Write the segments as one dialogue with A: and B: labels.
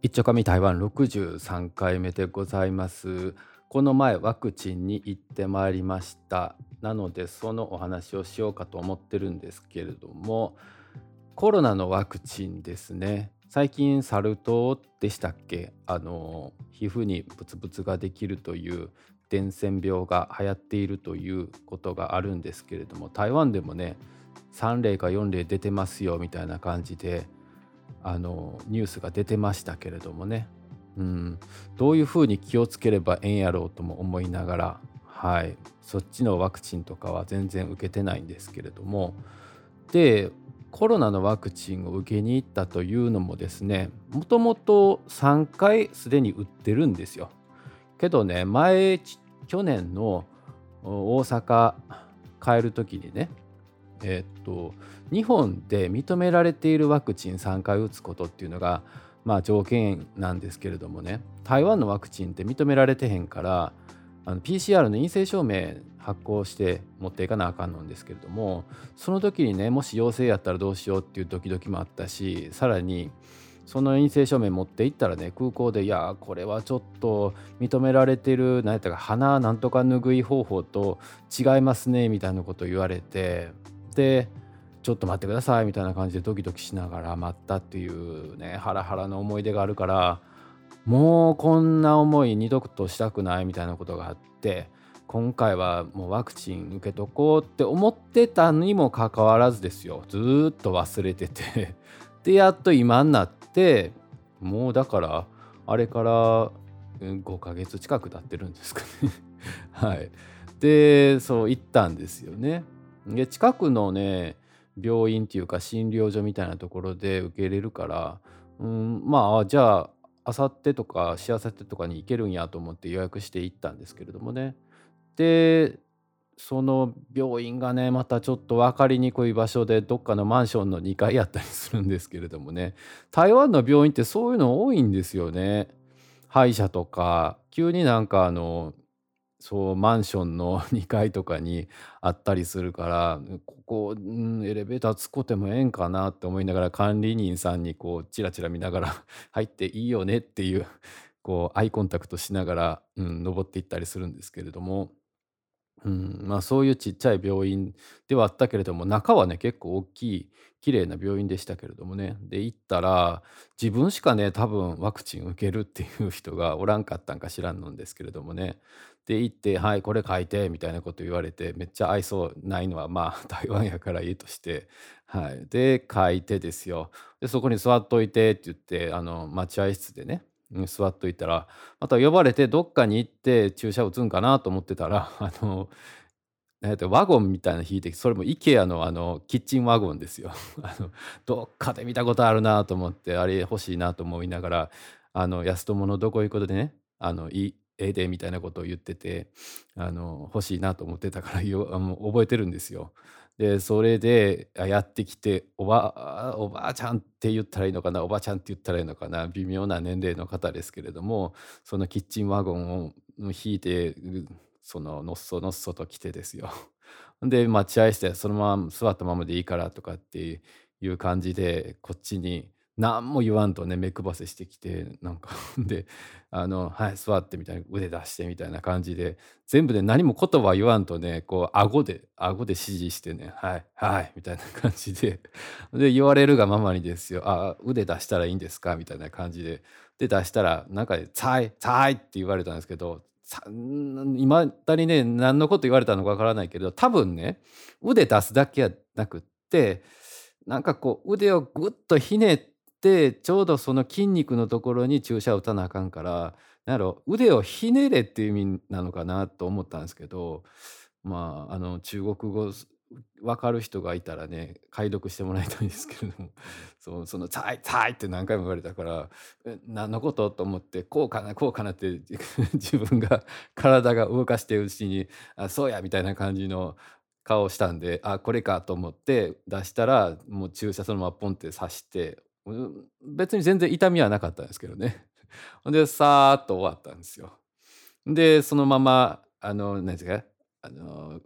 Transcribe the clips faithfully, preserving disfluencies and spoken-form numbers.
A: 一丁紙台湾ろくじゅうさんかいめでございます。この前ワクチンに行ってまいりました。なのでそのお話をしようかと思ってるんですけれども、コロナのワクチンですね。最近サル痘でしたっけ、あの皮膚にブツブツができるという伝染病が流行っているということがあるんですけれども、台湾でもねさんれいかよんれい出てますよみたいな感じであのニュースが出てましたけれどもね、うん、どういうふうに気をつければええんやろうとも思いながら、はい、そっちのワクチンとかは全然受けてないんですけれども、でコロナのワクチンを受けに行ったというのもですね、もともとさんかいすでに打ってるんですよ。けどね、前ち去年のお大阪帰る時にね、えーっと、日本で認められているワクチンさんかい打つことっていうのが、まあ、条件なんですけれどもね、台湾のワクチンって認められてへんから、あの ピーシーアール の陰性証明発行して持っていかなあかんのんですけれども、その時にね、もし陽性やったらどうしようっていうドキドキもあったし、さらにその陰性証明持って行ったらね、空港で、いやー、これはちょっと認められてる、何やったか、鼻なんとか拭い方法と違いますね、みたいなことを言われて、で、ちょっと待ってくださいみたいな感じでドキドキしながら待ったっていうね、ハラハラの思い出があるから、もうこんな思い二度としたくないみたいなことがあって、今回はもうワクチン受けとこうって思ってたにもかかわらずですよ、ずーっと忘れててで、やっと今になって、もうだから、あれから、うんごかげつ近く経ってるんですかねはい。で、そう行ったんですよね。で、近くのね、病院っていうか診療所みたいなところで受け入れるから、うん、まあ、じゃあ、あさってとかしあさってとかに行けるんやと思って予約して行ったんですけれどもね。で、その病院がね、またちょっと分かりにくい場所で、どっかのマンションのにかいやったりするんですけれどもね。台湾の病院ってそういうの多いんですよね。歯医者とか、急になんかあのそう、マンションのにかいとかにあったりするから、ここ、うん、エレベーター使ってもええんかなって思いながら、管理人さんにこうチラチラ見ながら入っていいよねっていう、こうアイコンタクトしながら、うん、登っていったりするんですけれども、うん、まあ、そういうちっちゃい病院ではあったけれども、中はね、結構大きい綺麗な病院でしたけれどもね。で、行ったら、自分しかね、多分ワクチン受けるっていう人がおらんかったんか知らんのんですけれどもね。で、行って、はい、これ書いてみたいなこと言われて、めっちゃ愛想ないのは、まあ、台湾やからいいとして、はい。で、書いてですよ。で、そこに座っといてって言って、あの、待合室でね、うん、座っといたら、また呼ばれてどっかに行って注射打つんかなと思ってたら、あの、えっと、ワゴンみたいなの引いて、それも IKEA のあの、キッチンワゴンですよ。あの、どっかで見たことあるなと思って、あれ欲しいなと思いながら、あの、安友のどこ行くことでね、あの、いいええでみたいなことを言ってて、あの、欲しいなと思ってたからよあの、覚えてるんですよ。で、それで、あ、やってきて、おばあおばあちゃんって言ったらいいのかな、おばちゃんって言ったらいいのかな、微妙な年齢の方ですけれども、そのキッチンワゴンを引いて、うその、のっそのっそと来てですよ。で、待合室でそのまま座ったままでいいからとかっていう感じで、こっちに何も言わんとね、目配せしてきて、なんかで、あの、はい、座ってみたいな、腕出してみたいな感じで、全部で何も言葉言わんとね、こう顎で顎で指示してね、はい、はい、みたいな感じで、で、言われるがままにですよ、あ、腕出したらいいんですかみたいな感じで、で、出したら、なんか、さい、さいって言われたんですけど、さん未だにね、何のこと言われたのかわからないけど、多分ね、腕出すだけやなくって、なんかこう腕をぐっとひねって、ちょうどその筋肉のところに注射を打たなあかんから、なんやろ、腕をひねれっていう意味なのかなと思ったんですけど、まあ、あの、中国語す分かる人がいたらね、解読してもらいたいんですけれども、そう、その「ツァイツァイ」って何回も言われたから、え、何のこと？と思って、こうかな、こうかなって自分が体が動かしてるうちに、あ、そうやみたいな感じの顔をしたんで、あ、これかと思って出したら、もう注射そのままポンって刺して、うん、別に全然痛みはなかったんですけどね。ほんで、さーっと終わったんですよ。で、そのまま、あの、なんですか、あの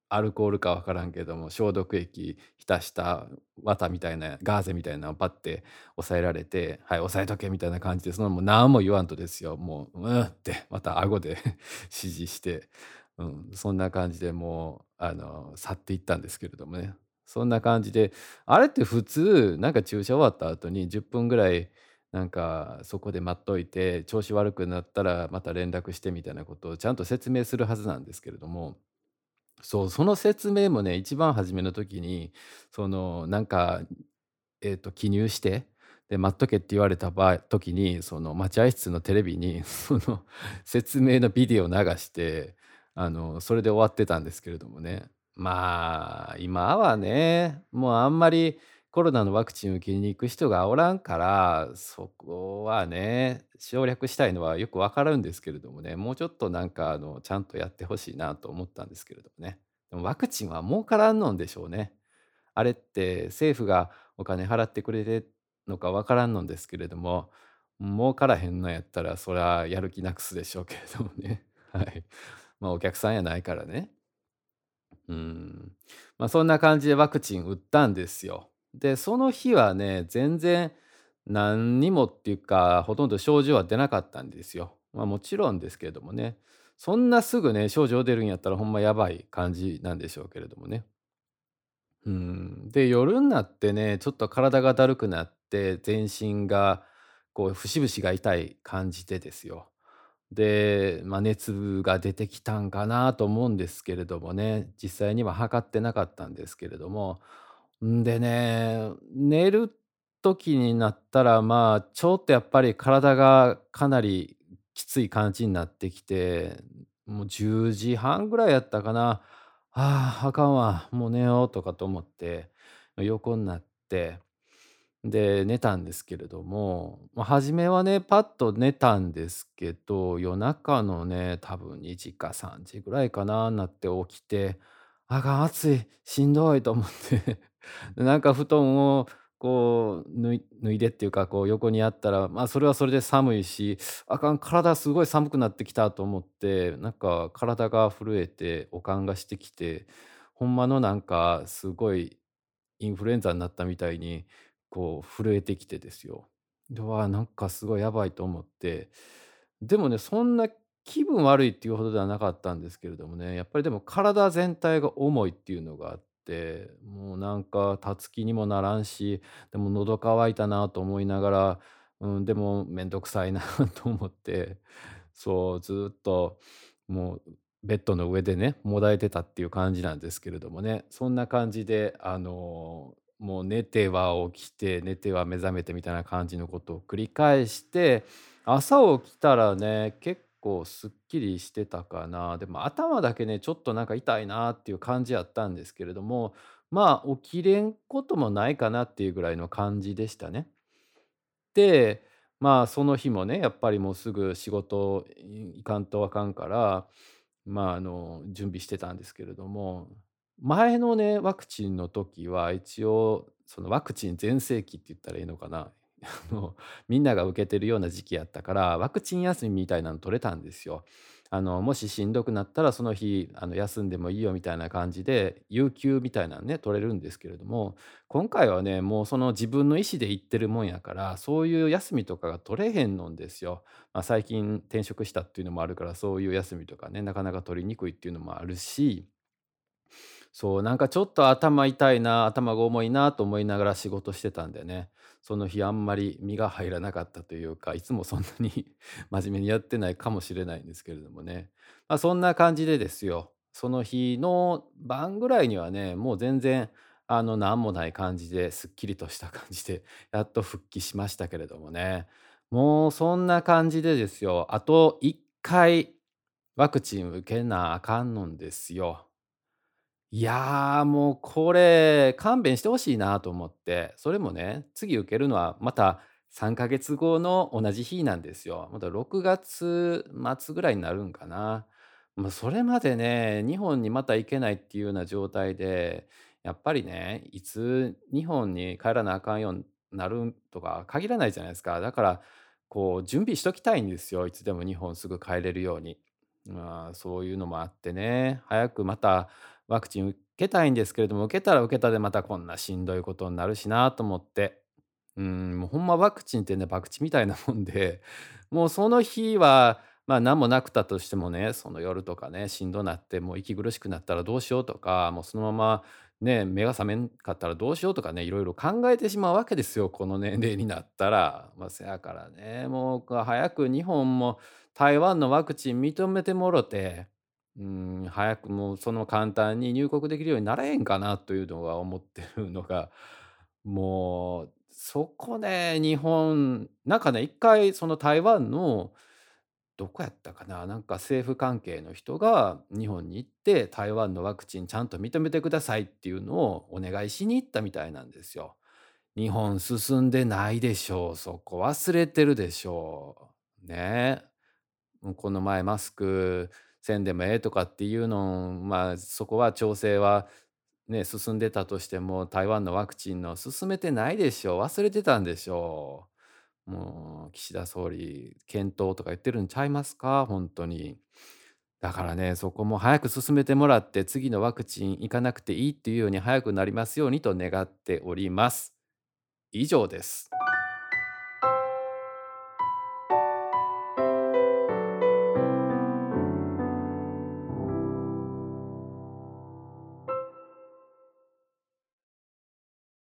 A: アルコールかわからんけども、消毒液浸した綿みたいな、ガーゼみたいなのをパッて押さえられて、はい、押さえとけみたいな感じで、そのもう何も言わんとですよ、もう、うんってまた顎で指示して、うん、そんな感じでもう、あの、去っていったんですけれどもね。そんな感じで、あれって普通、なんか注射終わった後にじゅっぷんぐらい、なんかそこで待っといて、調子悪くなったらまた連絡してみたいなことをちゃんと説明するはずなんですけれども、そう、その説明もね、一番初めの時に、その、なんか、えっと、記入して、で、待っとけって言われた場合時に、その、待合室のテレビに、その、説明のビデオ流して、あの、それで終わってたんですけれどもね。まあ、今はね、もうあんまりコロナのワクチンを受けに行く人がおらんから、そこはね、省略したいのはよくわかるんですけれどもね、もうちょっとなんかあの、ちゃんとやってほしいなと思ったんですけれどもね。でもワクチンは儲からんのんでしょうね。あれって政府がお金払ってくれてるのかわからんのんですけれども、儲からへんのやったらそりゃやる気なくすでしょうけれどもね。はい。まあお客さんやないからね。うん。まあ、そんな感じでワクチン打ったんですよ。で、その日はね、全然何にもっていうか、ほとんど症状は出なかったんですよ。まあ、もちろんですけれどもね。そんなすぐね、症状出るんやったらほんまやばい感じなんでしょうけれどもね。うん。で、夜になってね、ちょっと体がだるくなって、全身がこう節々が痛い感じでですよ。で、まあ、熱が出てきたんかなと思うんですけれどもね、実際には測ってなかったんですけれども、んでね、寝る時になったら、まあ、ちょっとやっぱり体がかなりきつい感じになってきて、もうじゅうじはんぐらいやったかな。「ああ、あかんわ、もう寝よう」とかと思って、横になってで、寝たんですけれども、まあ、初めはね、パッと寝たんですけど、夜中のね、多分にじかさんじぐらいかな、なって起きて、あかん、暑い、しんどいと思ってで、なんか布団をこう、脱い脱いでっていうか、こう横にあったら、ま、それはそれで寒いし、あかん、体すごい寒くなってきたと思って、なんか体が震えて、悪寒がしてきて、ほんまのなんかすごいインフルエンザになったみたいに、こう震えてきてですよ。で、わあ、なんかすごいやばいと思って、でもね、そんな気分悪いっていうほどではなかったんですけれどもね、やっぱりでも体全体が重いっていうのがあって、もうなんか立つ気にもならんし、でも喉乾いたなと思いながら、うん、でもめんどくさいなと思って、そう、ずっともうベッドの上でね、もだえてたっていう感じなんですけれどもね。そんな感じで、あの、もう寝ては起きて、寝ては目覚めてみたいな感じのことを繰り返して、朝起きたらね、結構すっきりしてたかな。でも頭だけね、ちょっとなんか痛いなっていう感じやったんですけれども、まあ、起きれんこともないかなっていうぐらいの感じでしたね。で、まあ、その日もね、やっぱりもうすぐ仕事い行かんとあかんから、まあ、あの、準備してたんですけれども、前のね、ワクチンの時は一応、そのワクチン全盛期って言ったらいいのかな。あの、みんなが受けてるような時期やったから、ワクチン休みみたいなの取れたんですよ。あの、もししんどくなったらその日、あの、休んでもいいよみたいな感じで、有給みたいなのね、取れるんですけれども、今回はね、もうその自分の意思で行ってるもんやから、そういう休みとかが取れへんのんですよ。まあ、最近転職したっていうのもあるから、そういう休みとかね、なかなか取りにくいっていうのもあるし、そう、なんかちょっと頭痛いな、頭が重いなと思いながら仕事してたんでね、その日あんまり身が入らなかったというか、いつもそんなに真面目にやってないかもしれないんですけれどもね。まあ、そんな感じでですよ、その日の晩ぐらいにはね、もう全然、あの、なんもない感じですっきりとした感じで、やっと復帰しましたけれどもね。もうそんな感じでですよ、あといっかいワクチン受けなあかんのんですよ。いやー、もうこれ、勘弁してほしいなと思って、それもね、次受けるのはまたさんかげつごの同じ日なんですよ。またろくがつ末ぐらいになるんかな。まあ、それまでね、日本にまた行けないっていうような状態で、やっぱりね、いつ日本に帰らなあかんようになるとか限らないじゃないですか。だから、こう準備しときたいんですよ、いつでも日本すぐ帰れるように。まあ、そういうのもあってね、早くまたワクチン受けたいんですけれども、受けたら受けたでまたこんなしんどいことになるしなと思って。うん、もうほんまワクチンってね、博打みたいなもんで、もうその日は、まあ、何もなくたとしてもね、その夜とかね、しんどなって、もう息苦しくなったらどうしようとか、もうそのままね、目が覚めんかったらどうしようとかね、いろいろ考えてしまうわけですよ、この年齢になったら。まあ、せやからね、もう早く日本も台湾のワクチン認めてもろて、うん、早くもうその簡単に入国できるようにならへんかなというのが思ってるのが、もうそこね、日本、なんかね、一回その台湾のどこやったかな、なんか政府関係の人が日本に行って、台湾のワクチンちゃんと認めてくださいっていうのをお願いしに行ったみたいなんですよ。日本進んでないでしょう、そこ忘れてるでしょう。ねえ。もうこの前マスクせんでもええとかっていうの、まあ、そこは調整はね、進んでたとしても、台湾のワクチンの進めてないでしょう。忘れてたんでしょう。もう岸田総理、検討とか言ってるんちゃいますか、本当に。だからね、そこも早く進めてもらって、次のワクチン行かなくていいっていうように早くなりますようにと願っております。以上です。